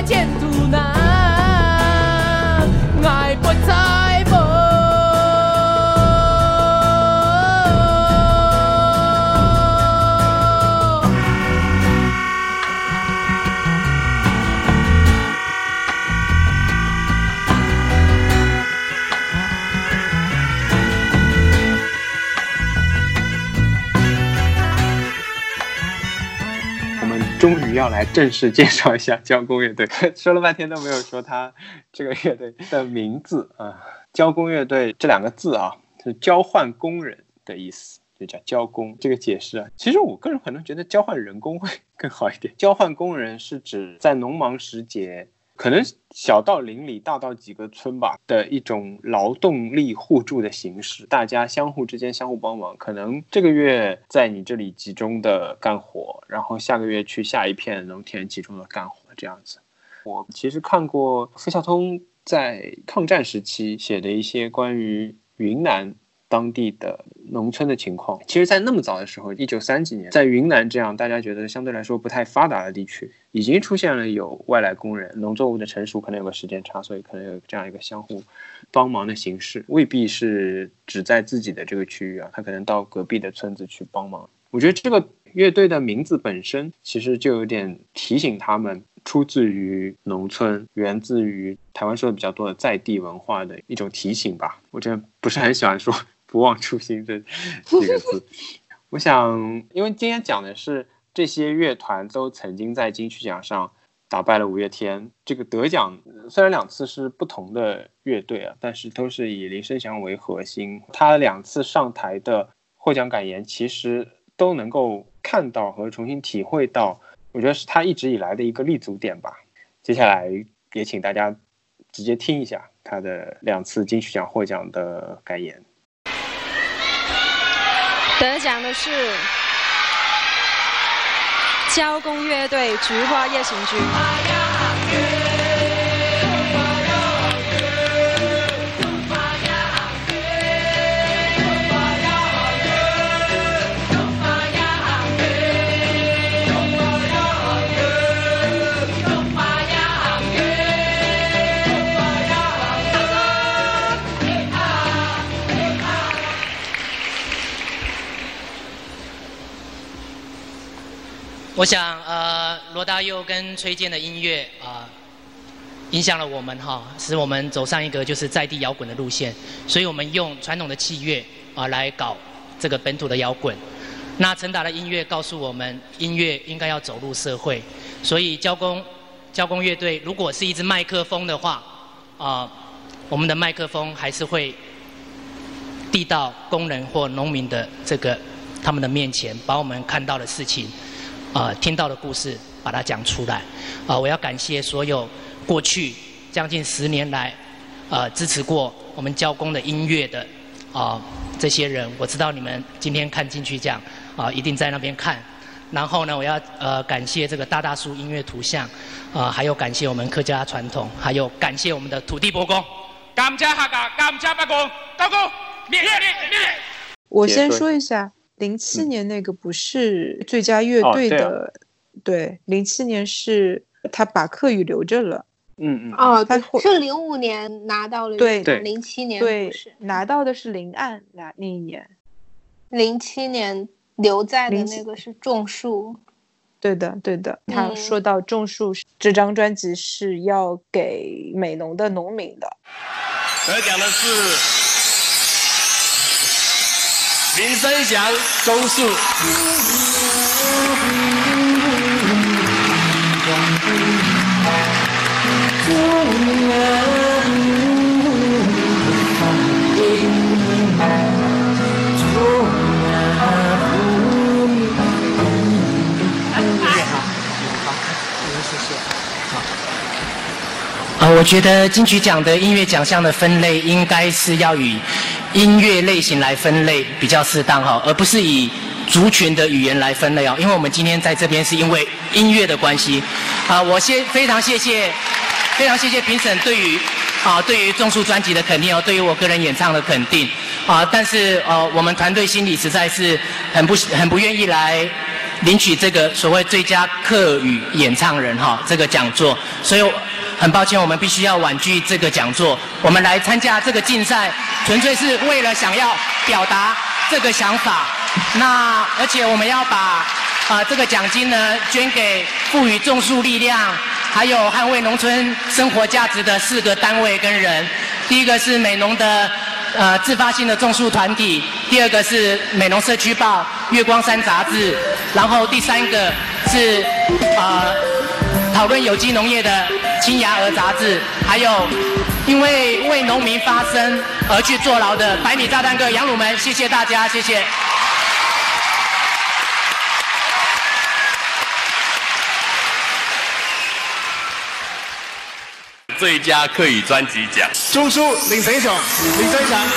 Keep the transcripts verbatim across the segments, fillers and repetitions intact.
前途难，爱不在乎。 终于要来正式介绍一下交工乐队，说了半天都没有说他这个乐队的名字啊。交工乐队这两个字啊，是交换工人的意思，就叫交工。这个解释啊，其实我个人可能觉得交换人工会更好一点。交换工人是指在农忙时节，可能小到邻里大到几个村吧的一种劳动力互助的形式，大家相互之间相互帮忙，可能这个月在你这里集中的干活，然后下个月去下一片农田集中的干活，这样子。我其实看过费孝通在抗战时期写的一些关于云南当地的农村的情况。其实在那么早的时候，一九三几年，在云南这样大家觉得相对来说不太发达的地区，已经出现了有外来工人，农作物的成熟可能有个时间差，所以可能有这样一个相互帮忙的形式，未必是只在自己的这个区域啊，他可能到隔壁的村子去帮忙。我觉得这个乐队的名字本身其实就有点提醒他们出自于农村，源自于台湾说的比较多的在地文化的一种提醒吧。我真的不是很喜欢说不忘初心这几个字。我想因为今天讲的是这些乐团都曾经在金曲奖上打败了五月天，这个得奖虽然两次是不同的乐队啊，但是都是以林生祥为核心。他两次上台的获奖感言其实都能够看到和重新体会到，我觉得是他一直以来的一个立足点吧。接下来也请大家直接听一下他的两次金曲奖获奖的感言。 得奖的是交工乐队《菊花夜行军》。 我想，呃，罗大佑跟崔健的音乐啊、呃，影响了我们哈，使我们走上一个就是在地摇滚的路线。所以我们用传统的器乐啊、呃、来搞这个本土的摇滚。那陈达的音乐告诉我们，音乐应该要走入社会。所以交工交工乐队如果是一支麦克风的话，啊、呃，我们的麦克风还是会递到工人或农民的这个他们的面前，把我们看到的事情。呃，听到的故事，把它讲出来。啊、呃，我要感谢所有过去将近十年来，呃，支持过我们交工的音乐的啊、呃、这些人。我知道你们今天看金曲奖啊、呃，一定在那边看。然后呢，我要呃感谢这个大大叔音乐图像，啊、呃，还有感谢我们客家传统，还有感谢我们的土地伯公。感谢客家，感谢伯公，高公，灭灭灭！ 我先说一下。零七年那个不是最佳乐队的， 哦、 对，零七、啊、年是他把客语留着了， 嗯嗯， 哦，对，是零五年拿到了， 对对，零七年对拿到的是林案那那一年， 零七年留在的那个是种树， 对的对的，他说到种树、嗯、这张专辑是要给美浓的农民的。 得奖的是林生祥种树。 呃，我觉得金曲奖的音乐奖项的分类应该是要以音乐类型来分类比较适当哈，而不是以族群的语言来分类哦。因为我们今天在这边是因为音乐的关系啊，我先非常谢谢，非常谢谢评审对于啊对于种树专辑的肯定哦，对于我个人演唱的肯定啊，但是呃我们团队心里实在是很不很不愿意来领取这个所谓最佳客语演唱人哈这个讲座，所以很抱歉，我们必须要婉拒这个讲座。我们来参加这个竞赛，纯粹是为了想要表达这个想法。那而且我们要把啊、呃、这个奖金呢捐给赋予种树力量，还有捍卫农村生活价值的四个单位跟人。第一个是美农的呃自发性的种树团体，第二个是美农社区报、月光山杂志，然后第三个是呃讨论有机农业的青芽儿杂志，还有因为为农民发声而去坐牢的百米炸弹客杨鲁们，谢谢大家，谢谢。 最佳客语专辑奖， 中书领谁手？领谁奖？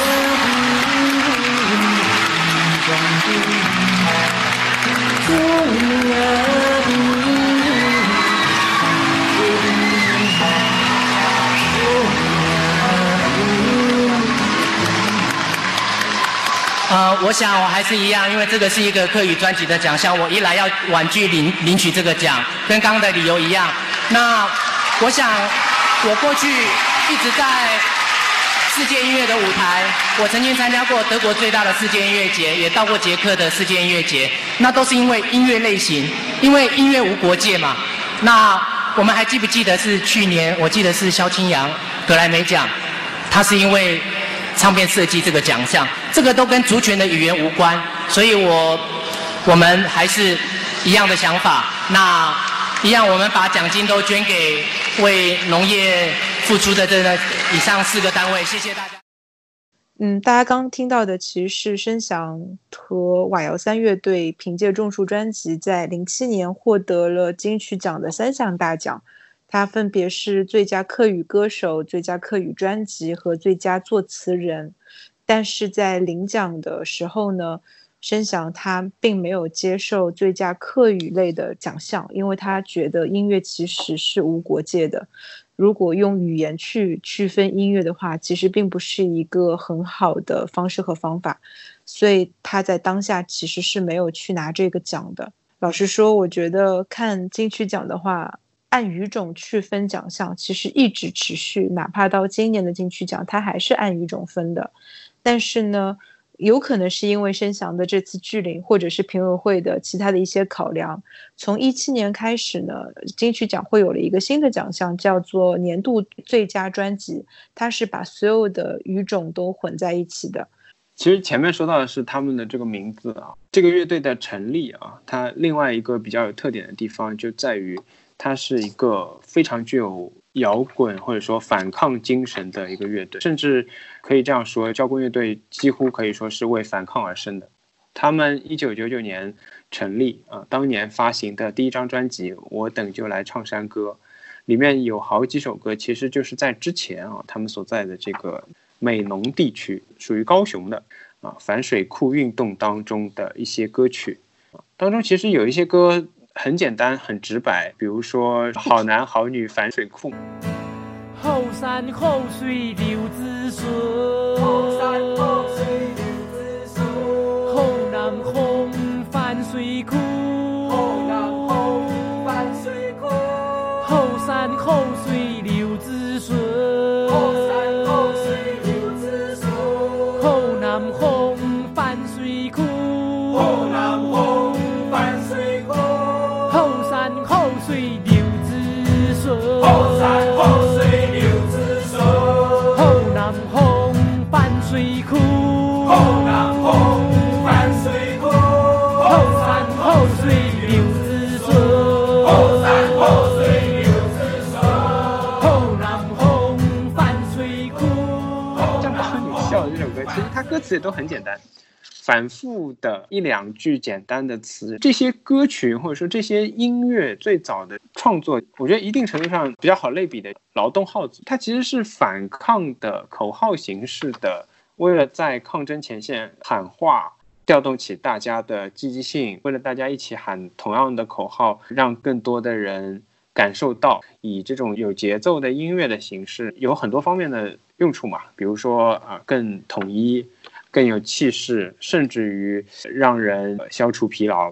呃，我想我还是一样，因为这个是一个客语专辑的奖项，我一来要婉拒领领取这个奖，跟刚刚的理由一样。那我想，我过去一直在世界音乐的舞台，我曾经参加过德国最大的世界音乐节，也到过捷克的世界音乐节，那都是因为音乐类型，因为音乐无国界嘛。那我们还记不记得是去年，我记得是萧清扬格莱美奖，他是因为唱片设计这个奖项，这个都跟族群的语言无关，所以我我们还是一样的想法。那一样，我们把奖金都捐给为农业付出的这个以上四个单位，谢谢大家。 嗯，大家刚听到的其实是申翔和瓦窑三乐队凭借种树专辑在零七年获得了金曲奖的三项大奖，它分别是最佳客语歌手、最佳客语专辑和最佳作词人。但是在领奖的时候呢，申翔他并没有接受最佳客语类的奖项，因为他觉得音乐其实是无国界的，如果用语言去区分音乐的话，其实并不是一个很好的方式和方法，所以他在当下其实是没有去拿这个奖的。老实说，我觉得看金曲奖的话，按语种去分奖项其实一直持续，哪怕到今年的金曲奖它还是按语种分的。但是呢，有可能是因为申翔的这次拒领，或者是评委会的其他的一些考量，从一七年开始呢，金曲奖会有了一个新的奖项，叫做年度最佳专辑，它是把所有的语种都混在一起的。 其实前面说到的是他们的这个名字啊，这个乐队的成立啊，它另外一个比较有特点的地方就在于它是一个非常具有摇滚或者说反抗精神的一个乐队，甚至可以这样说，交工乐队几乎可以说是为反抗而生的。他们一九九九年成立啊，当年发行的第一张专辑《我等就来唱山歌》里面有好几首歌，其实就是在之前啊，他们所在的这个美浓地区，属于高雄的啊反水库运动当中的一些歌曲啊，当中其实有一些歌很简单很直白，比如说好男好女反水库， 后山后水流子顺，后山后水流子顺，后南红反水库，后南红反水库，后山后水流子顺，后山后水流子顺，后南红反水库，后南红反水库。后山后水流子顺，后山后水流子顺，后南红反水库，后南红反水库，后山后水流子顺，后山后水流子顺，后南红反水库。 这样把你笑的这首歌，其实它歌词也都很简单。反复的一两句简单的词，这些歌曲或者说这些音乐最早的创作，我觉得一定程度上比较好类比的劳动号子，它其实是反抗的口号形式的，为了在抗争前线喊话，调动起大家的积极性，为了大家一起喊同样的口号，让更多的人感受到，以这种有节奏的音乐的形式有很多方面的用处嘛，比如说啊、呃、更统一，更有气势，甚至于让人消除疲劳。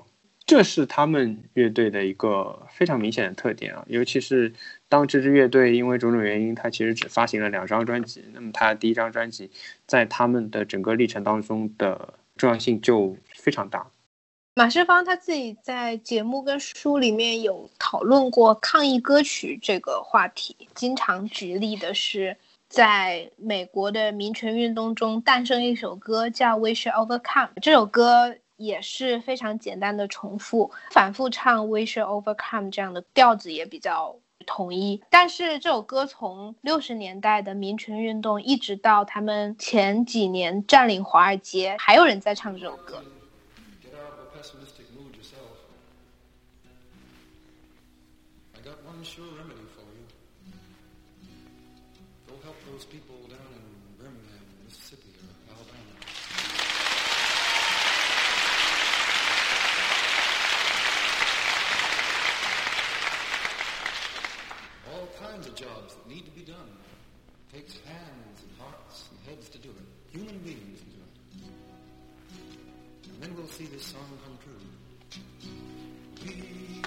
这是他们乐队的一个非常明显的特点啊，尤其是当这支乐队因为种种原因，它其实只发行了两张专辑，那么它第一张专辑在他们的整个历程当中的重要性就非常大。 马世芳他自己在节目跟书里面有讨论过抗议歌曲这个话题，经常举例的是在美国的民权运动中诞生一首歌叫 We Shall Overcome， 这首歌也是非常简单的重复，反复唱 We Shall Overcome 这样的调子也比较统一。但是这首歌从六十年代的民权运动一直到他们前几年占领华尔街，还有人在唱这首歌。 Jobs that need to be done. It takes hands and hearts and heads to do it. Human beings to do it. And then we'll see this song come true. We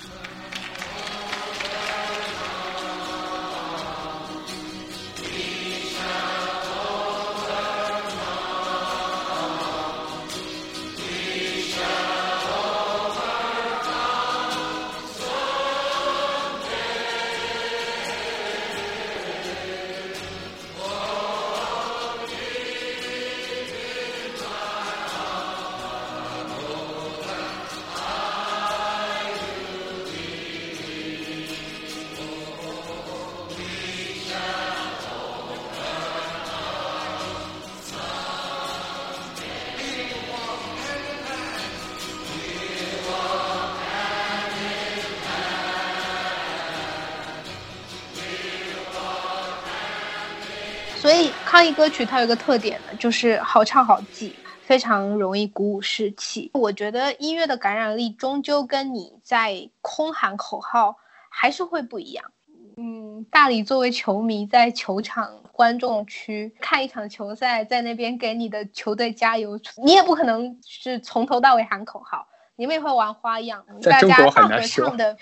所以抗议歌曲它有一个特点呢，就是好唱好记，非常容易鼓舞士气。我觉得音乐的感染力终究跟你在空喊口号还是会不一样。嗯，大理作为球迷，在球场观众区看一场球赛，在那边给你的球队加油，你也不可能是从头到尾喊口号，你们也会玩花样， 在中国很难说。 大家大合唱的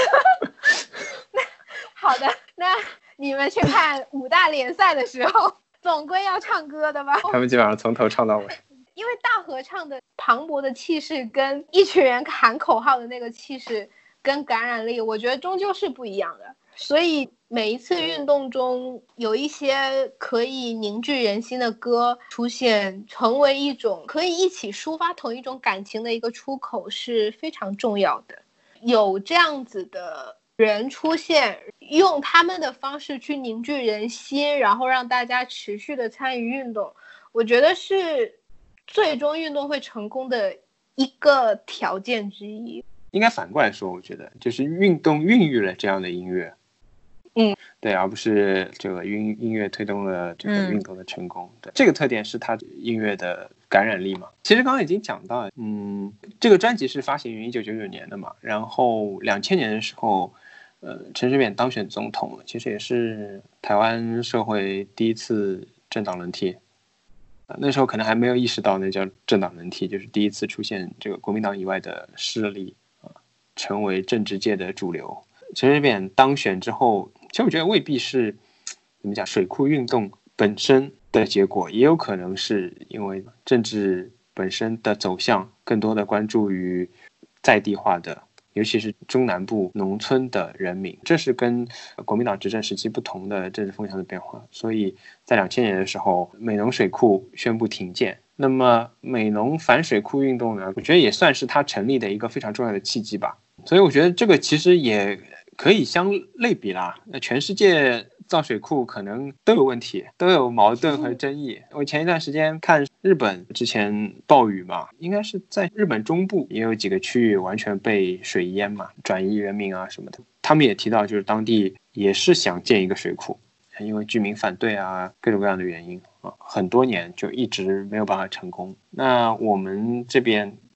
好的，那你们去看五大联赛的时候总归要唱歌的吧？ 他们基本上从头唱到尾， 因为大合唱的磅礴的气势跟一群人喊口号的那个气势跟感染力，我觉得终究是不一样的。所以每一次运动中有一些可以凝聚人心的歌出现，成为一种可以一起抒发同一种感情的一个出口是非常重要的。有这样子的人出现，用他们的方式去凝聚人心，然后让大家持续的参与运动，我觉得是最终运动会成功的一个条件之一。 应该反过来说，我觉得就是运动孕育了这样的音乐， 嗯， 对，而不是这个音音乐推动了这个运动的成功。嗯、对，这个特点是它音乐的感染力嘛。其实刚刚已经讲到，嗯，这个专辑是发行于一九九九年的嘛，然后两千年的时候。呃，陈水扁当选总统，其实也是台湾社会第一次政党轮替，呃，那时候可能还没有意识到那叫政党轮替，就是第一次出现这个国民党以外的势力啊、呃，成为政治界的主流。陈水扁当选之后，其实我觉得未必是怎么讲水库运动本身的结果，也有可能是因为政治本身的走向更多的关注于在地化的。尤其是中南部农村的人民，这是跟国民党执政时期不同的政治风向的变化。所以在两千年的时候，美浓水库宣布停建。那么美浓反水库运动呢，我觉得也算是它成立的一个非常重要的契机吧。所以我觉得这个其实也可以相类比啦。那全世界造水库可能都有问题，都有矛盾和争议。我前一段时间看日本之前暴雨嘛，应该是在日本中部也有几个区域完全被水淹嘛，转移人民啊什么的。他们也提到，就是当地也是想建一个水库，因为居民反对啊，各种各样的原因啊，很多年就一直没有办法成功。那我们这边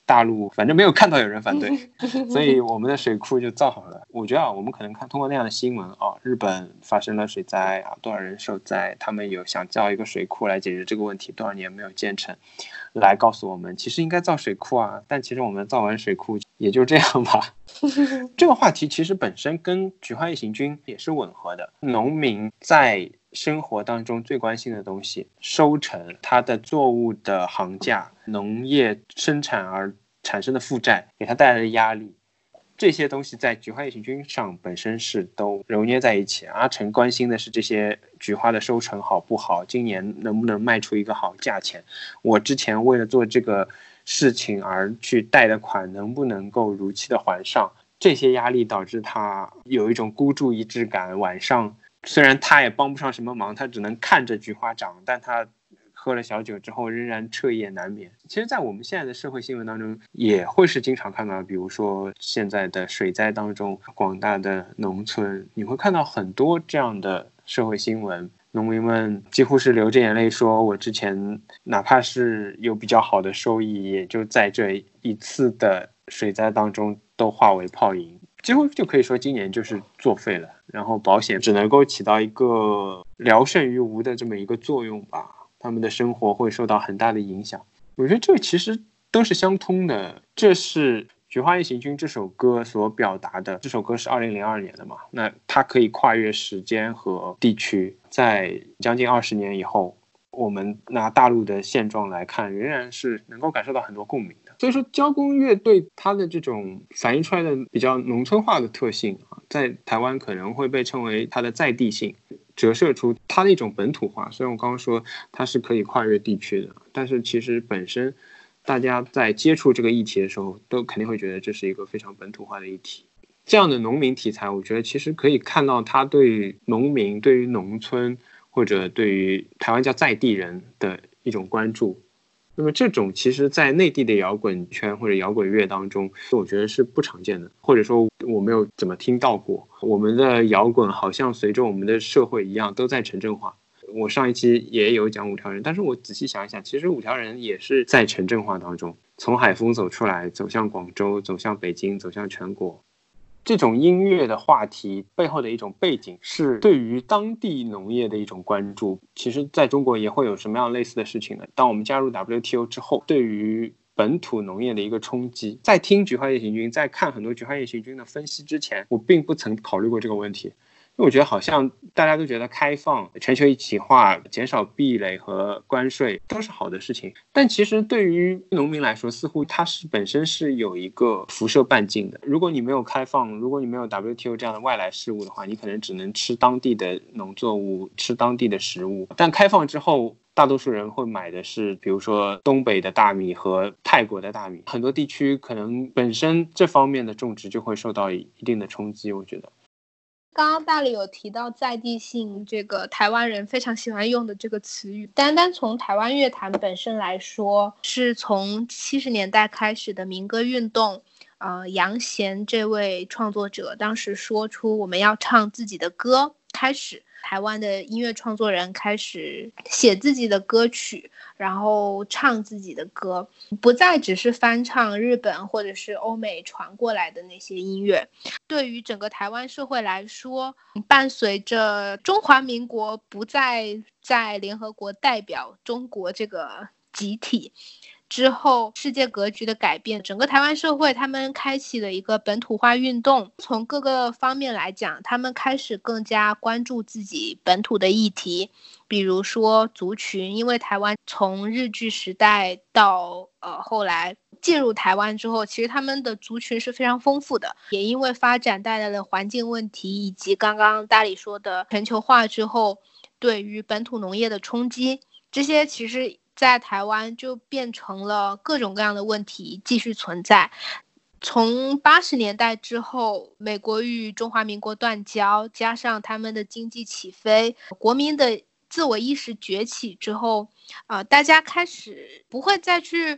大陆反正没有看到有人反对，所以我们的水库就造好了。我觉得啊，我们可能看通过那样的新闻啊，日本发生了水灾啊，多少人受灾，他们有想造一个水库来解决这个问题，多少年没有建成，来告诉我们其实应该造水库啊，但其实我们造完水库也就这样吧。这个话题其实本身跟菊花夜行军也是吻合的。农民在生活当中最关心的东西，收成，他的作物的行价，农业生产而产生的负债给他带来的压力，这些东西在菊花夜行军上本身是都揉捏在一起。阿成关心的是这些菊花的收成好不好，今年能不能卖出一个好价钱，我之前为了做这个事情而去贷的款能不能够如期的还上，这些压力导致他有一种孤注一掷感。晚上虽然他也帮不上什么忙，他只能看着菊花长，但他喝了小酒之后仍然彻夜难眠。其实在我们现在的社会新闻当中也会是经常看到，比如说现在的水灾当中，广大的农村你会看到很多这样的社会新闻，农民们几乎是流着眼泪说，我之前哪怕是有比较好的收益，也就在这一次的水灾当中都化为泡影，几乎就可以说今年就是作废了。然后保险只能够起到一个聊胜于无的这么一个作用吧，他们的生活会受到很大的影响。我觉得这其实都是相通的，这是菊花夜行军这首歌所表达的。这首歌是二零零二年的嘛，那它可以跨越时间和地区，在将近二十年以后，我们拿大陆的现状来看，仍然是能够感受到很多共鸣的。所以说交工乐队它的这种反映出来的比较农村化的特性啊，在台湾可能会被称为它的在地性，折射出它的一种本土化。虽然我刚刚说它是可以跨越地区的，但是其实本身大家在接触这个议题的时候都肯定会觉得这是一个非常本土化的议题。这样的农民题材，我觉得其实可以看到它对于农民，对于农村，或者对于台湾叫在地人的一种关注。那么这种其实在内地的摇滚圈或者摇滚乐当中，我觉得是不常见的，或者说我没有怎么听到过。我们的摇滚好像随着我们的社会一样都在城镇化。我上一期也有讲五条人，但是我仔细想一想，其实五条人也是在城镇化当中，从海丰走出来，走向广州，走向北京，走向全国。这种音乐的话题背后的一种背景是对于当地农业的一种关注。其实在中国也会有什么样类似的事情呢？当我们加入 W T O 之后，对于本土农业的一个冲击，在听菊花夜行军，在看很多菊花夜行军的分析之前，我并不曾考虑过这个问题。因为我觉得好像大家都觉得开放、全球一体化、减少壁垒和关税都是好的事情，但其实对于农民来说，似乎它是本身是有一个辐射半径的。如果你没有开放，如果你没有 W T O 这样的外来事物的话，你可能只能吃当地的农作物，吃当地的食物。但开放之后，大多数人会买的是比如说东北的大米和泰国的大米，很多地区可能本身这方面的种植就会受到一定的冲击。我觉得刚刚大理有提到在地性，这个台湾人非常喜欢用的这个词语，单单从台湾乐坛本身来说，是从七十年代开始的民歌运动，呃，杨贤这位创作者当时说出我们要唱自己的歌开始，台湾的音乐创作人开始写自己的歌曲，然后唱自己的歌，不再只是翻唱日本或者是欧美传过来的那些音乐。对于整个台湾社会来说，伴随着中华民国不再在联合国代表中国这个集体之后，世界格局的改变，整个台湾社会他们开启了一个本土化运动。从各个方面来讲，他们开始更加关注自己本土的议题，比如说族群，因为台湾从日据时代到呃后来进入台湾之后，其实他们的族群是非常丰富的，也因为发展带来了环境问题，以及刚刚大理说的全球化之后对于本土农业的冲击，这些其实在台湾就变成了各种各样的问题继续存在。从八十年代之后，美国与中华民国断交，加上他们的经济起飞，国民的自我意识崛起之后，呃，大家开始不会再去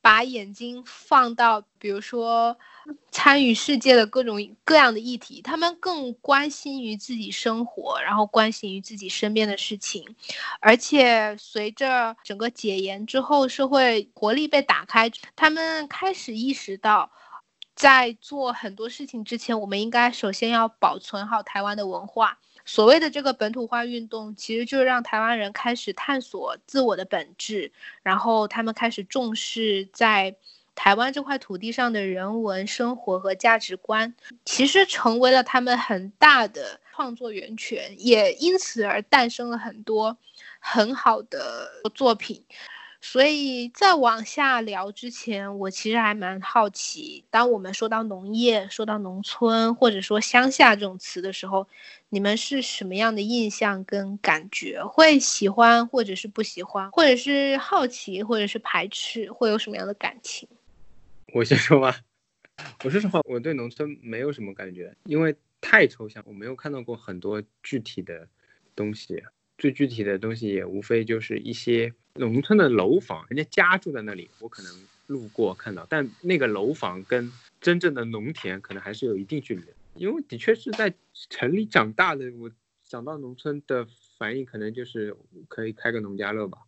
把眼睛放到比如说参与世界的各种各样的议题，他们更关心于自己生活，然后关心于自己身边的事情。而且随着整个解严之后，社会活力被打开，他们开始意识到在做很多事情之前，我们应该首先要保存好台湾的文化。所谓的这个本土化运动，其实就是让台湾人开始探索自我的本质，然后他们开始重视在台湾这块土地上的人文生活和价值观，其实成为了他们很大的创作源泉，也因此而诞生了很多很好的作品。所以在往下聊之前，我其实还蛮好奇，当我们说到农业，说到农村或者说乡下这种词的时候，你们是什么样的印象跟感觉？会喜欢或者是不喜欢，或者是好奇或者是排斥，会有什么样的感情？ 我先说吧。我说实话，我对农村没有什么感觉，因为太抽象，我没有看到过很多具体的东西。最具体的东西也无非就是一些农村的楼房，人家家住在那里，我可能路过看到，但那个楼房跟真正的农田可能还是有一定距离的。因为的确是在城里长大的，我想到农村的反应可能就是可以开个农家乐吧。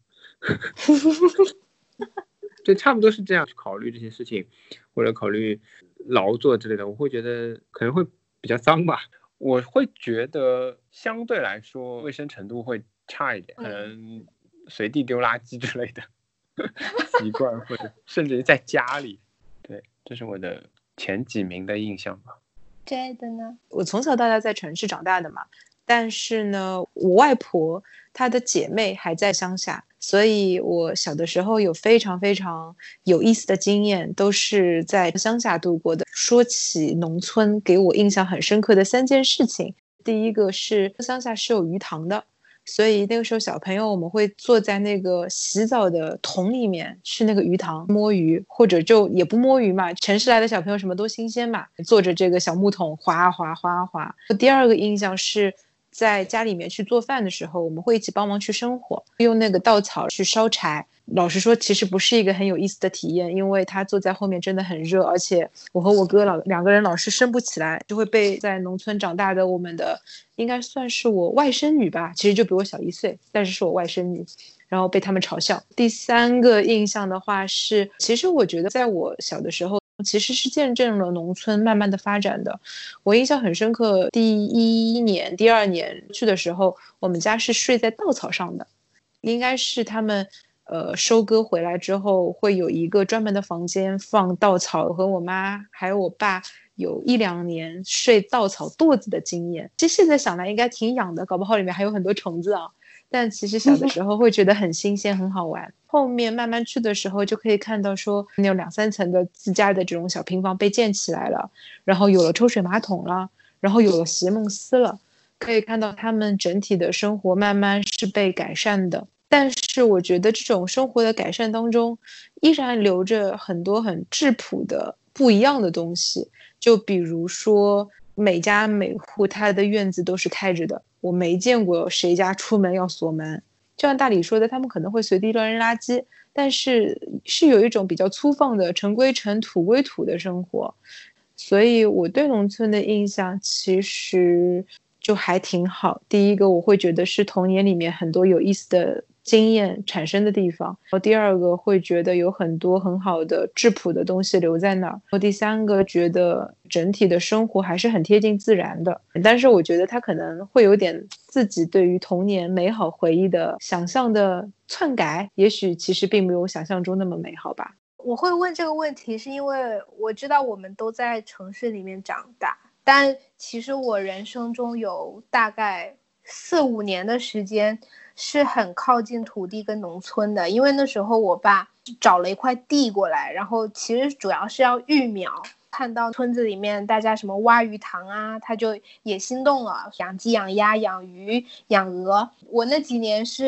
对，差不多是这样去考虑这些事情，或者考虑劳作之类的，我会觉得可能会比较脏吧。我会觉得相对来说卫生程度会差一点，可能随地丢垃圾之类的习惯，或者甚至于在家里。对，这是我的前几名的印象吧。 这的呢？ 我从小到大在城市长大的嘛，但是呢，我外婆她的姐妹还在乡下，所以我小的时候有非常非常有意思的经验，都是在乡下度过的。说起农村，给我印象很深刻的三件事情，第一个是乡下是有鱼塘的，所以那个时候小朋友我们会坐在那个洗澡的桶里面去那个鱼塘摸鱼，或者就也不摸鱼嘛，城市来的小朋友什么都新鲜嘛，坐着这个小木桶划啊划划啊划。第二个印象是在家里面去做饭的时候，我们会一起帮忙去生火，用那个稻草去烧柴。老实说其实不是一个很有意思的体验，因为他坐在后面真的很热，而且我和我哥老两个人老是升不起来，就会被在农村长大的我们的应该算是我外甥女吧，其实就比我小一岁，但是是我外甥女，然后被他们嘲笑。第三个印象的话是，其实我觉得在我小的时候其实是见证了农村慢慢的发展的。我印象很深刻，第一年第二年去的时候，我们家是睡在稻草上的，应该是他们呃收割回来之后会有一个专门的房间放稻草，和我妈还有我爸有一两年睡稻草垛子的经验。其实现在想来应该挺痒的，搞不好里面还有很多虫子啊，但其实小的时候会觉得很新鲜很好玩。后面慢慢去的时候就可以看到说有两三层的自家的这种小平房被建起来了，然后有了抽水马桶了，然后有了席梦思了，可以看到他们整体的生活慢慢是被改善的。但是我觉得这种生活的改善当中依然留着很多很质朴的不一样的东西，就比如说每家每户他的院子都是开着的，我没见过谁家出门要锁门。就像大理说的，他们可能会随地乱扔垃圾，但是是有一种比较粗放的尘归尘土归土的生活。所以我对农村的印象其实就还挺好。第一个我会觉得是童年里面很多有意思的经验产生的地方，第二个会觉得有很多很好的质朴的东西留在那儿，第三个觉得整体的生活还是很贴近自然的。但是我觉得他可能会有点自己对于童年美好回忆的想象的篡改，也许其实并没有想象中那么美好吧。 我会问这个问题是因为我知道我们都在城市里面长大，但其实我人生中有大概四五年的时间是很靠近土地跟农村的，因为那时候我爸找了一块地过来，然后其实主要是要育苗，看到村子里面大家什么挖鱼塘啊，他就也心动了，养鸡养鸭养鱼养鹅。我那几年是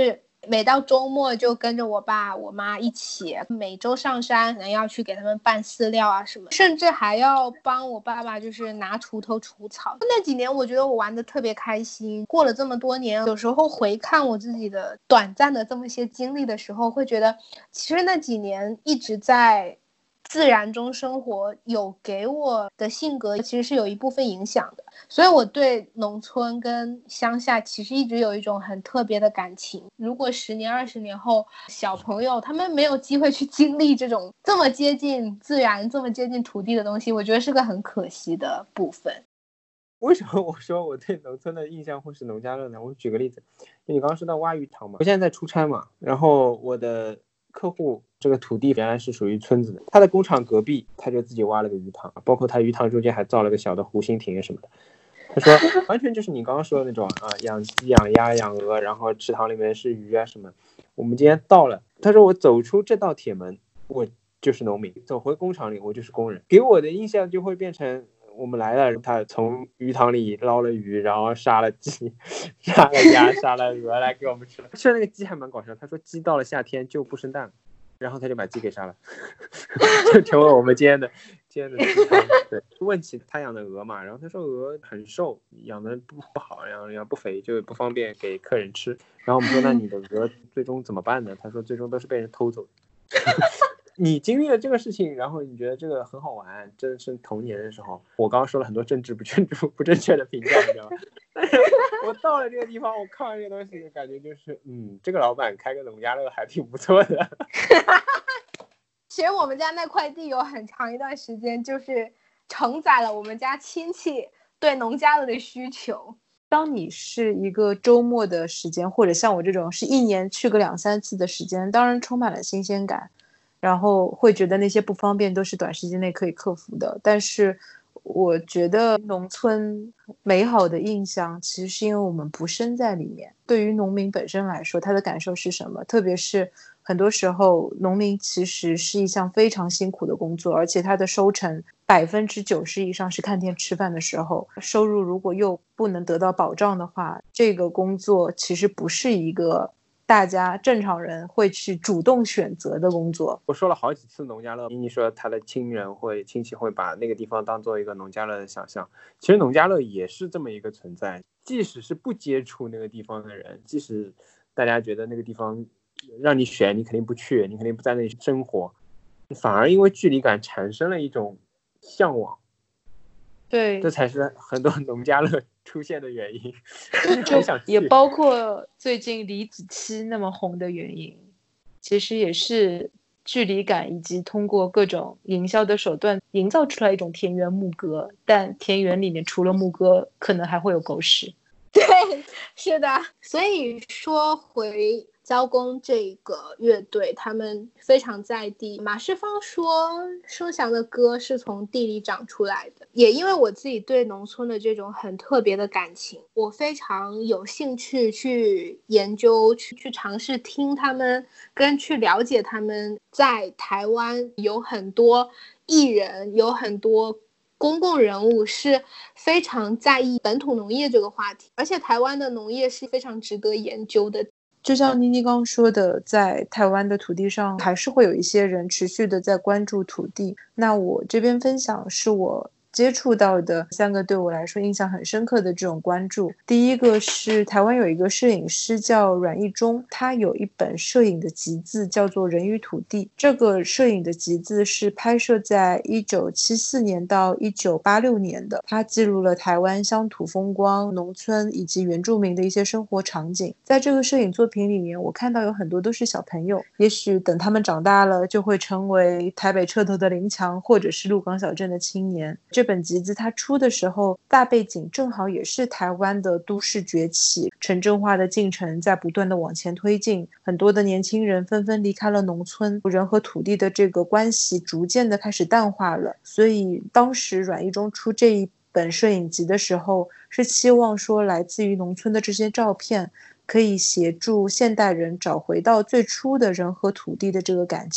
每到周末就跟着我爸我妈一起，每周上山可能要去给他们拌饲料啊什么，甚至还要帮我爸爸就是拿锄头除草。那几年我觉得我玩得特别开心。过了这么多年，有时候回看我自己的短暂的这么些经历的时候，会觉得其实那几年一直在自然中生活，有给我的性格其实是有一部分影响的。所以我对农村跟乡下其实一直有一种很特别的感情。如果十年二十年后小朋友他们没有机会去经历这种这么接近自然这么接近土地的东西，我觉得是个很可惜的部分。 为什么我说我对农村的印象会是农家乐呢？我举个例子，你刚刚说到挖鱼塘嘛，我现在在出差嘛，然后我的客户这个土地原来是属于村子的，他的工厂隔壁他就自己挖了个鱼塘，包括他鱼塘中间还造了个小的湖心亭什么的。他说完全就是你刚刚说的那种啊，养鸡养鸭养鹅，然后池塘里面是鱼啊什么。我们今天到了，他说我走出这道铁门我就是农民，走回工厂里我就是工人，给我的印象就会变成我们来了，他从鱼塘里捞了鱼，然后杀了鸡杀了鸭杀了鹅来给我们吃了。吃了那个鸡还蛮搞笑，他说鸡到了夏天就不生蛋了，然后他就把鸡给杀了就成为我们今天的今天的对。问起他养的鹅嘛，然后他说鹅很瘦，养的不不好，养养不肥，就不方便给客人吃。然后我们说那你的鹅最终怎么办呢？他说最终都是被人偷走的你经历了这个事情，然后你觉得这个很好玩，真是童年的时候。我刚刚说了很多政治不正不正确的评价，你知道吗？但是我到了这个地方，我看完这个东西，感觉就是，嗯，这个老板开个农家乐还挺不错的。 其实我们家那块地有很长一段时间就是承载了我们家亲戚对农家乐的需求。 当你是一个周末的时间，或者像我这种是一年去个两三次的时间，当然充满了新鲜感，然后会觉得那些不方便都是短时间内可以克服的。但是我觉得农村美好的印象其实是因为我们不身在里面。对于农民本身来说，他的感受是什么？特别是很多时候农民其实是一项非常辛苦的工作，而且他的收成百分之九十以上是看天吃饭的时候，收入如果又不能得到保障的话，这个工作其实不是一个大家正常人会去主动选择的工作。 我说了好几次农家乐，你说他的亲人会亲戚会把那个地方当做一个农家乐的想象，其实农家乐也是这么一个存在。即使是不接触那个地方的人，即使大家觉得那个地方让你选，你肯定不去，你肯定不在那里生活，反而因为距离感产生了一种向往。 对， 这才是很多农家乐出现的原因就也包括最近李子柒那么红的原因，其实也是距离感以及通过各种营销的手段营造出来一种田园牧歌，但田园里面除了牧歌可能还会有狗屎。 对，是的。所以说回交工这个乐队，他们非常在地。马世芳说声翔的歌是从地里长出来的，也因为我自己对农村的这种很特别的感情，我非常有兴趣去研究，去去尝试听他们，跟去了解他们。在台湾有很多艺人，有很多公共人物是非常在意本土农业这个话题，而且台湾的农业是非常值得研究的。 就像妮妮刚说的，在台湾的土地上还是会有一些人持续的在关注土地。那我这边分享是我接触到的三个对我来说印象很深刻的这种关注。第一个是台湾有一个摄影师叫阮义忠，他有一本摄影的集字叫做《人与土地》。这个摄影的集字是拍摄在一九七四年到一九八六年的，他记录了台湾乡土风光、农村以及原住民的一些生活场景。在这个摄影作品里面，我看到有很多都是小朋友，也许等他们长大了就会成为台北彻头的林强，或者是鹿港小镇的青年。这本集子它出的时候，大背景正好也是台湾的都市崛起，城镇化的进程在不断的往前推进，很多的年轻人纷纷离开了农村，人和土地的这个关系逐渐的开始淡化了。所以当时阮义忠出这一本摄影集的时候，是期望说来自于农村的这些照片可以协助现代人找回到最初的人和土地的这个感情。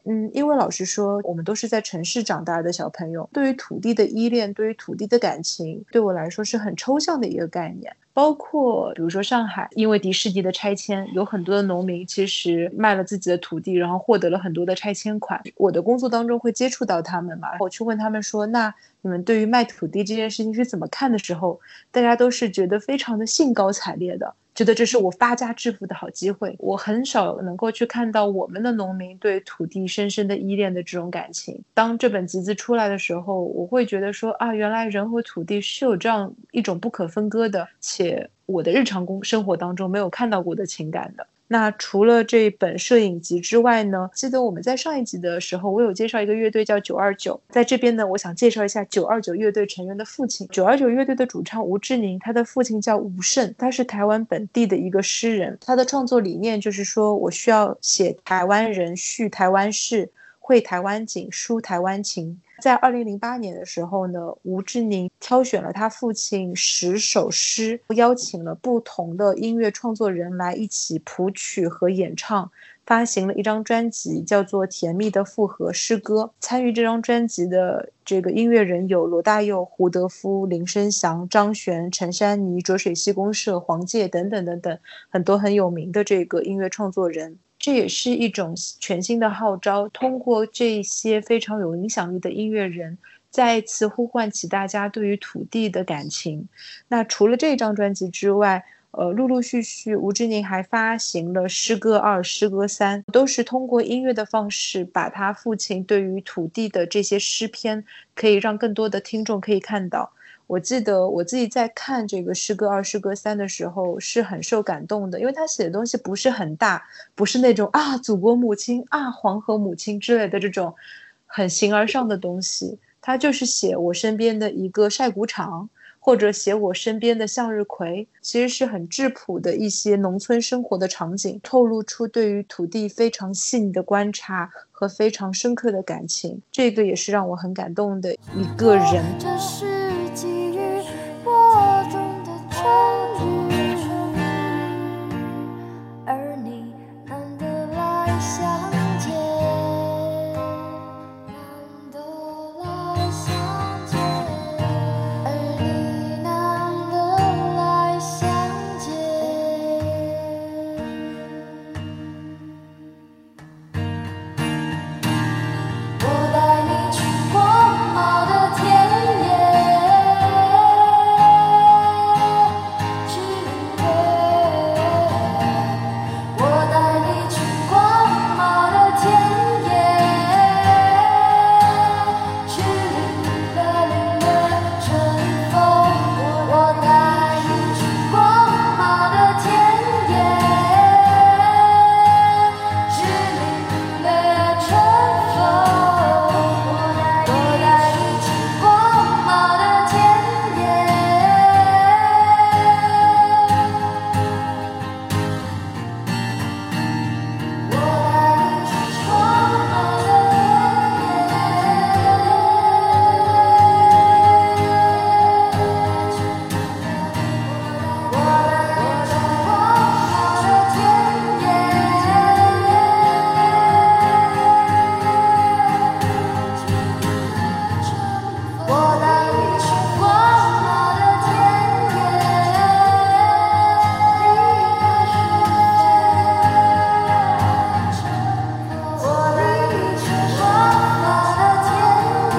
嗯，因为老实说，我们都是在城市长大的小朋友，对于土地的依恋，对于土地的感情，对我来说是很抽象的一个概念。包括比如说上海，因为迪士尼的拆迁，有很多的农民其实卖了自己的土地，然后获得了很多的拆迁款。我的工作当中会接触到他们嘛，我去问他们说，那你们对于卖土地这件事情是怎么看的时候，大家都是觉得非常的兴高采烈的，觉得这是我发家致富的好机会。我很少能够去看到我们的农民对土地深深的依恋的这种感情。当这本集子出来的时候，我会觉得说啊，原来人和土地是有这样一种不可分割的，且我的日常生活当中没有看到过的情感的。那除了这本摄影集之外呢，记得我们在上一集的时候，我有介绍一个乐队叫九二九，在这边呢，我想介绍一下九二九乐队成员的父亲。九二九乐队的主唱吴志宁，他的父亲叫吴胜，他是台湾本地的一个诗人。他的创作理念就是说，我需要写台湾人，叙台湾事，绘台湾景，抒台湾情。在二零零八年的时候呢，吴志宁挑选了他父亲十首诗，邀请了不同的音乐创作人来一起谱曲和演唱，发行了一张专辑叫做《甜蜜的复合诗歌》。参与这张专辑的这个音乐人有罗大佑、胡德夫、林生祥、张悬、陈珊妮、浊水溪公社、黄玠等等等等，很多很有名的这个音乐创作人。这也是一种全新的号召，通过这些非常有影响力的音乐人，再一次呼唤起大家对于土地的感情。那除了这张专辑之外，呃，陆陆续续吴志宁还发行了诗歌二、诗歌三，都是通过音乐的方式，把他父亲对于土地的这些诗篇，可以让更多的听众可以看到。我记得我自己在看这个诗歌二、诗歌三的时候是很受感动的，因为他写的东西不是很大，不是那种啊祖国母亲啊黄河母亲之类的这种很形而上的东西，他就是写我身边的一个晒谷场，或者写我身边的向日葵，其实是很质朴的一些农村生活的场景，透露出对于土地非常细腻的观察和非常深刻的感情，这个也是让我很感动的一个人。 这是给予我中的春雨，而你难得来相见，难得来相见，而你难得来相见。我带你去光芒的田野，去领略。我带你去光芒的田野，去领略领略春风。我带你去光芒的田野，去领略春风。我带你去光芒的田野，我带你去光芒的我带你去光芒的田野，我带你去光芒的田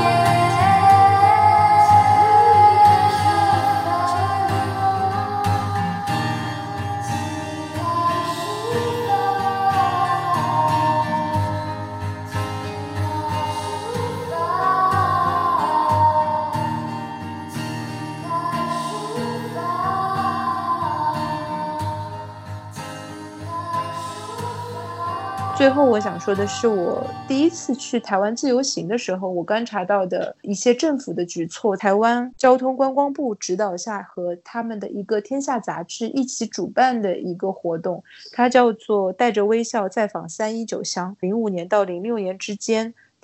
最后我想说的是，我第一次去台湾自由行的时候，我观察到的一些政府的举措。台湾交通观光部指导下和他们的一个天下杂志一起主办的一个活动，它叫做带着微笑再访三一九乡。零五年到零六年之间，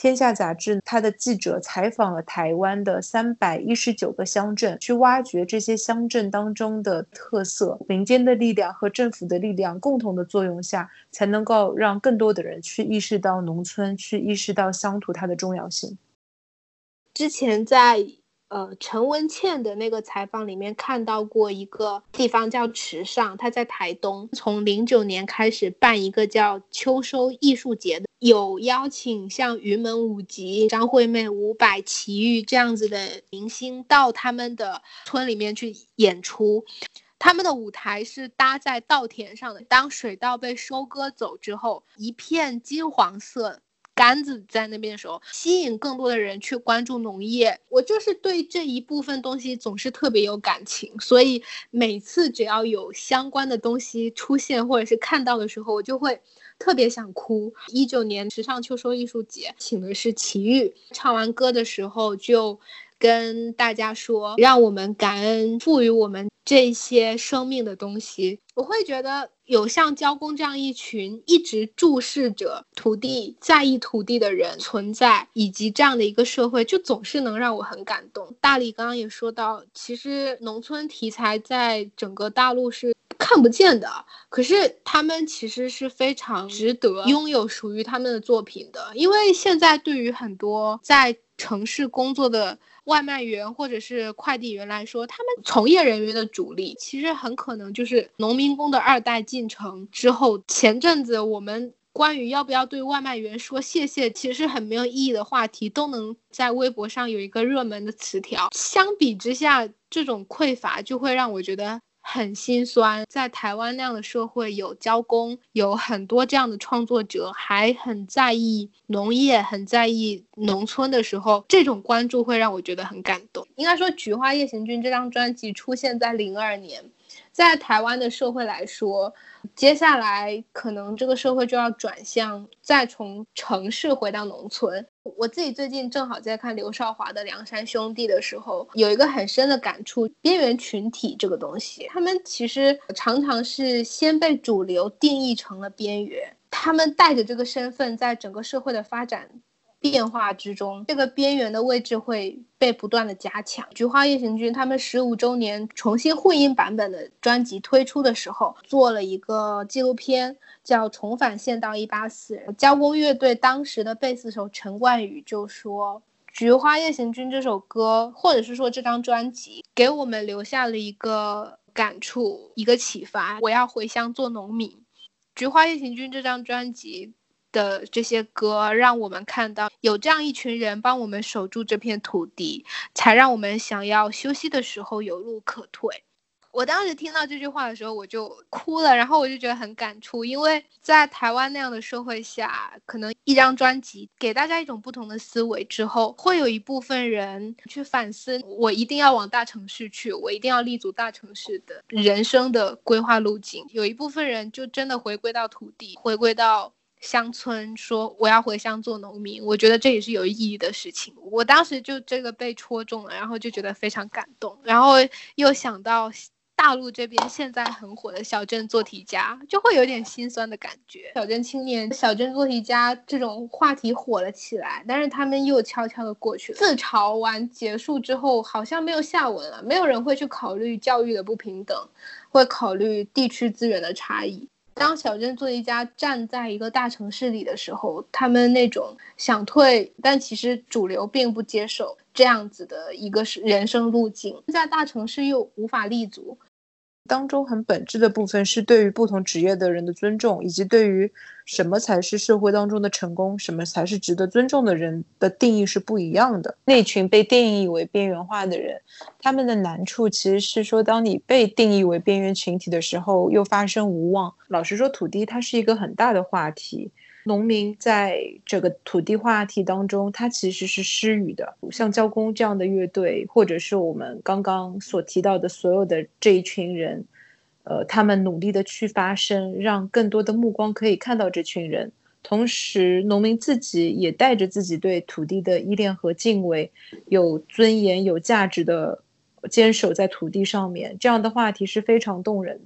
天下杂志它的记者采访了台湾的三百一十九个乡镇，去挖掘这些乡镇当中的特色，民间的力量和政府的力量共同的作用下，才能够让更多的人去意识到农村，去意识到乡土它的重要性。 之前在呃陈文茜的那个采访里面看到过一个地方叫池上，它在台东，从零九年开始办一个叫秋收艺术节的，有邀请像云门舞集、张惠妹、伍佰、齐豫这样子的明星到他们的村里面去演出。他们的舞台是搭在稻田上的，当水稻被收割走之后，一片金黄色杆子在那边的时候，吸引更多的人去关注农业。我就是对这一部分东西总是特别有感情，所以每次只要有相关的东西出现或者是看到的时候，我就会特别想哭。一九年时尚秋收艺术节请的是齐豫，唱完歌的时候就跟大家说，让我们感恩赋予我们这些生命的东西。我会觉得有像交工这样一群一直注视着土地、在意土地的人存在，以及这样的一个社会，就总是能让我很感动。大理刚刚也说到，其实农村题材在整个大陆是看不见的，可是他们其实是非常值得拥有属于他们的作品的。因为现在对于很多在城市工作的外卖员或者是快递员来说，他们从业人员的主力其实很可能就是农民工的二代进城之后。前阵子我们关于要不要对外卖员说谢谢其实是很没有意义的话题，都能在微博上有一个热门的词条。相比之下，这种匮乏就会让我觉得很心酸。在台湾那样的社会，有交工，有很多这样的创作者还很在意农业，很在意农村的时候，这种关注会让我觉得很感动。应该说《菊花夜行军》这张专辑出现在零二年，在台湾的社会来说，接下来可能这个社会就要转向再从城市回到农村。我自己最近正好在看刘少华的《梁山兄弟》的时候，有一个很深的感触，边缘群体这个东西，他们其实常常是先被主流定义成了边缘，他们带着这个身份在整个社会的发展变化之中，这个边缘的位置会被不断的加强。菊花夜行军他们十五周年重新混音版本的专辑推出的时候，做了一个纪录片叫《重返县道一八四》。交工乐队当时的贝斯手陈冠宇就说，菊花夜行军这首歌或者是说这张专辑给我们留下了一个感触，一个启发，我要回乡做农民。菊花夜行军这张专辑的这些歌让我们看到有这样一群人帮我们守住这片土地，才让我们想要休息的时候有路可退。我当时听到这句话的时候我就哭了，然后我就觉得很感触。因为在台湾那样的社会下，可能一张专辑给大家一种不同的思维之后，会有一部分人去反思，我一定要往大城市去，我一定要立足大城市的人生的规划路径。有一部分人就真的回归到土地，回归到乡村，说我要回乡做农民。我觉得这也是有意义的事情。我当时就这个被戳中了，然后就觉得非常感动，然后又想到大陆这边现在很火的小镇做题家，就会有点心酸的感觉。小镇青年、小镇做题家这种话题火了起来，但是他们又悄悄的过去了。自嘲完结束之后好像没有下文了，没有人会去考虑教育的不平等，会考虑地区资源的差异。当小镇做题家站在一个大城市里的时候，他们那种想退但其实主流并不接受这样子的一个人生路径，在大城市又无法立足。 当中很本质的部分是对于不同职业的人的尊重，以及对于什么才是社会当中的成功，什么才是值得尊重的人的定义是不一样的。那群被定义为边缘化的人，他们的难处其实是说，当你被定义为边缘群体的时候又发生无望。老实说，土地它是一个很大的话题，农民在这个土地话题当中他其实是失语的。像交工这样的乐队，或者是我们刚刚所提到的所有的这一群人，呃，他们努力的去发声，让更多的目光可以看到这群人。同时农民自己也带着自己对土地的依恋和敬畏，有尊严有价值的坚守在土地上面，这样的话题是非常动人的。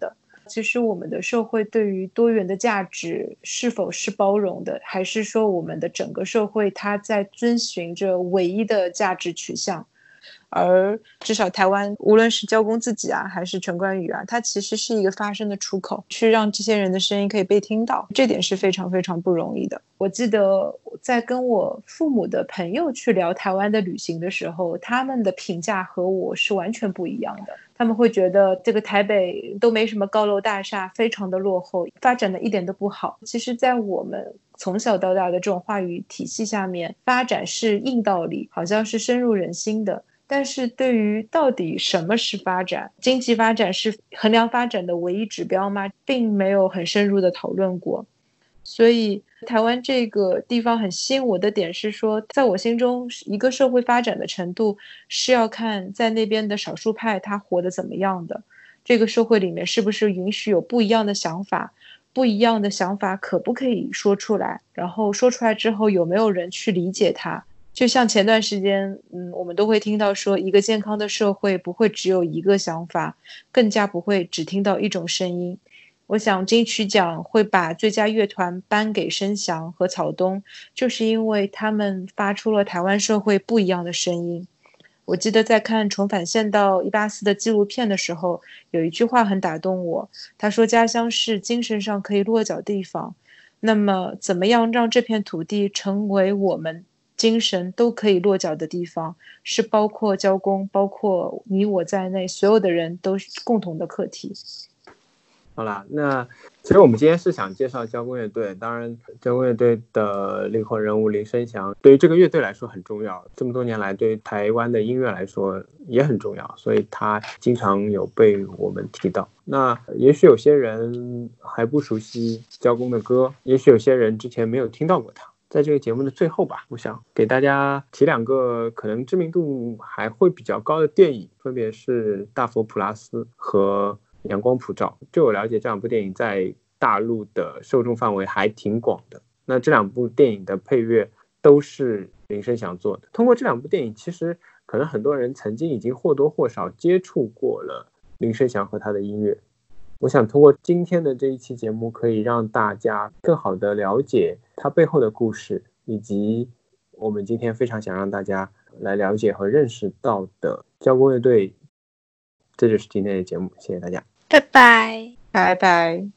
其实我们的社会对于多元的价值是否是包容的，还是说我们的整个社会它在遵循着唯一的价值取向？而至少台湾无论是交工自己啊还是陈冠宇啊，它其实是一个发声的出口，去让这些人的声音可以被听到，这点是非常非常不容易的。我记得在跟我父母的朋友去聊台湾的旅行的时候，他们的评价和我是完全不一样的。他们会觉得这个台北都没什么高楼大厦，非常的落后，发展的一点都不好。其实在我们从小到大的这种话语体系下面，发展是硬道理，好像是深入人心的，但是对于到底什么是发展，经济发展是衡量发展的唯一指标吗，并没有很深入的讨论过。所以台湾这个地方很吸引我的点是说，在我心中一个社会发展的程度是要看在那边的少数派他活得怎么样的，这个社会里面是不是允许有不一样的想法，不一样的想法可不可以说出来，然后说出来之后有没有人去理解它。就像前段时间嗯，我们都会听到说，一个健康的社会不会只有一个想法，更加不会只听到一种声音。我想金曲奖会把最佳乐团颁给申翔和草东，就是因为他们发出了台湾社会不一样的声音。我记得在看重返县道一八四的纪录片的时候，有一句话很打动我，他说家乡是精神上可以落脚的地方，那么怎么样让这片土地成为我们精神都可以落脚的地方，是包括交工包括你我在内所有的人都共同的课题。 好啦，那其实我们今天是想介绍交工乐队，当然交工乐队的灵魂人物林生祥对于这个乐队来说很重要，这么多年来对于台湾的音乐来说也很重要，所以他经常有被我们提到。那也许有些人还不熟悉交工的歌，也许有些人之前没有听到过他。在这个节目的最后吧，我想给大家提两个可能知名度还会比较高的电影，分别是大佛普拉斯和阳光普照。据我了解，这两部电影在大陆的受众范围还挺广的。那这两部电影的配乐都是林生祥做的。通过这两部电影，其实可能很多人曾经已经或多或少接触过了林生祥和他的音乐。我想通过今天的这一期节目，可以让大家更好的了解他背后的故事，以及我们今天非常想让大家来了解和认识到的交工乐队。这就是今天的节目，谢谢大家， 拜拜， 拜拜。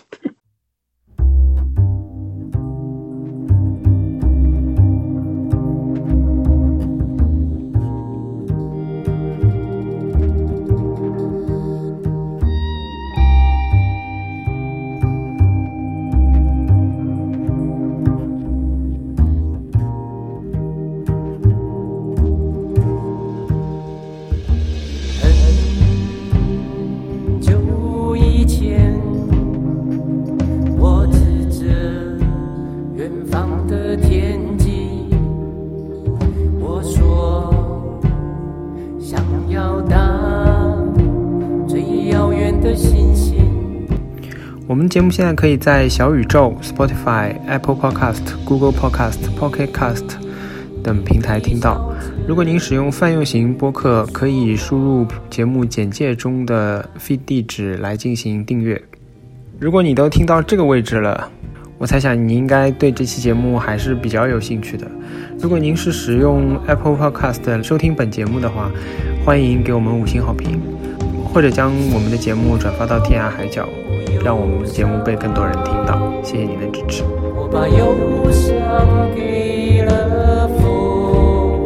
我们节目现在可以在小宇宙、Spotify、Apple Podcast、Google Podcast、Pocket Cast 等平台听到。如果您使用泛用型播客，可以输入节目简介中的 feed 地址来进行订阅。如果你都听到这个位置了，我猜想你应该对这期节目还是比较有兴趣的。如果您是使用 Apple Podcast 收听本节目的话，欢迎给我们五星好评，或者将我们的节目转发到天涯海角，让我们的节目被更多人听到。谢谢您的支持。 我把忧伤给了风，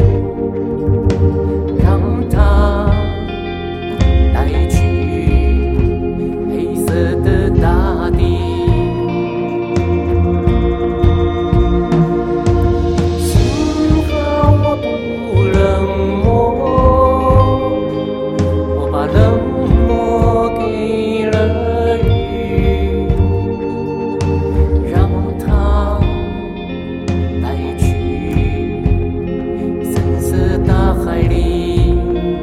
让它带去黑色的大地。幸好我不冷漠，我把冷漠给了雨，让它带去深色大海里。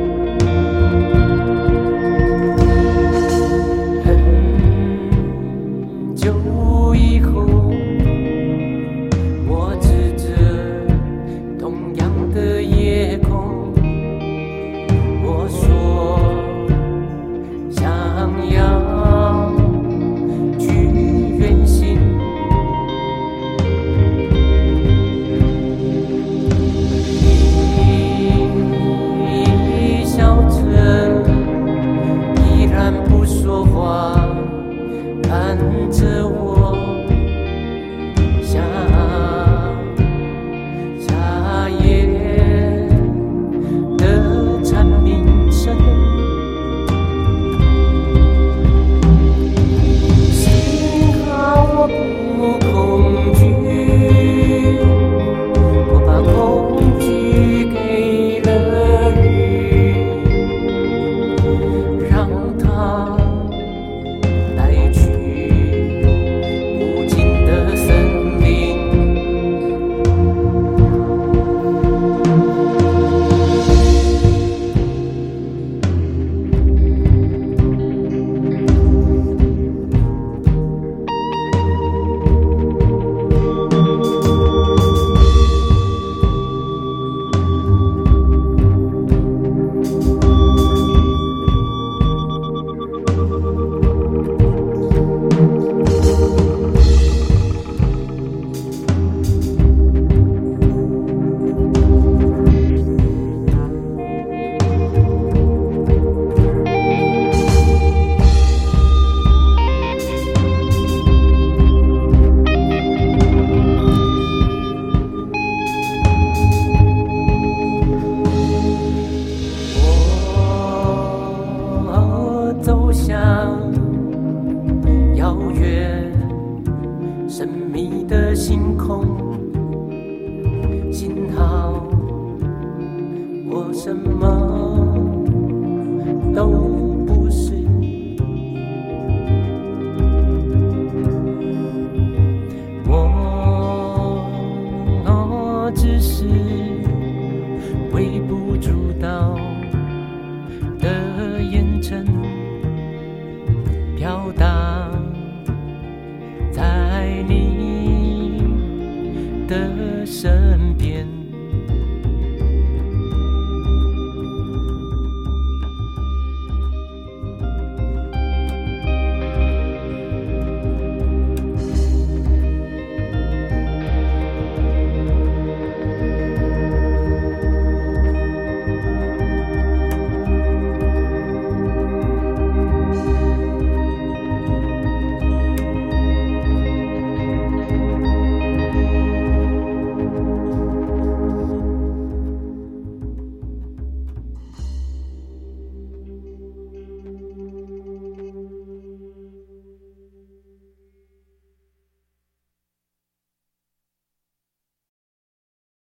很久以后，我指着同样的夜空，我说想要着我。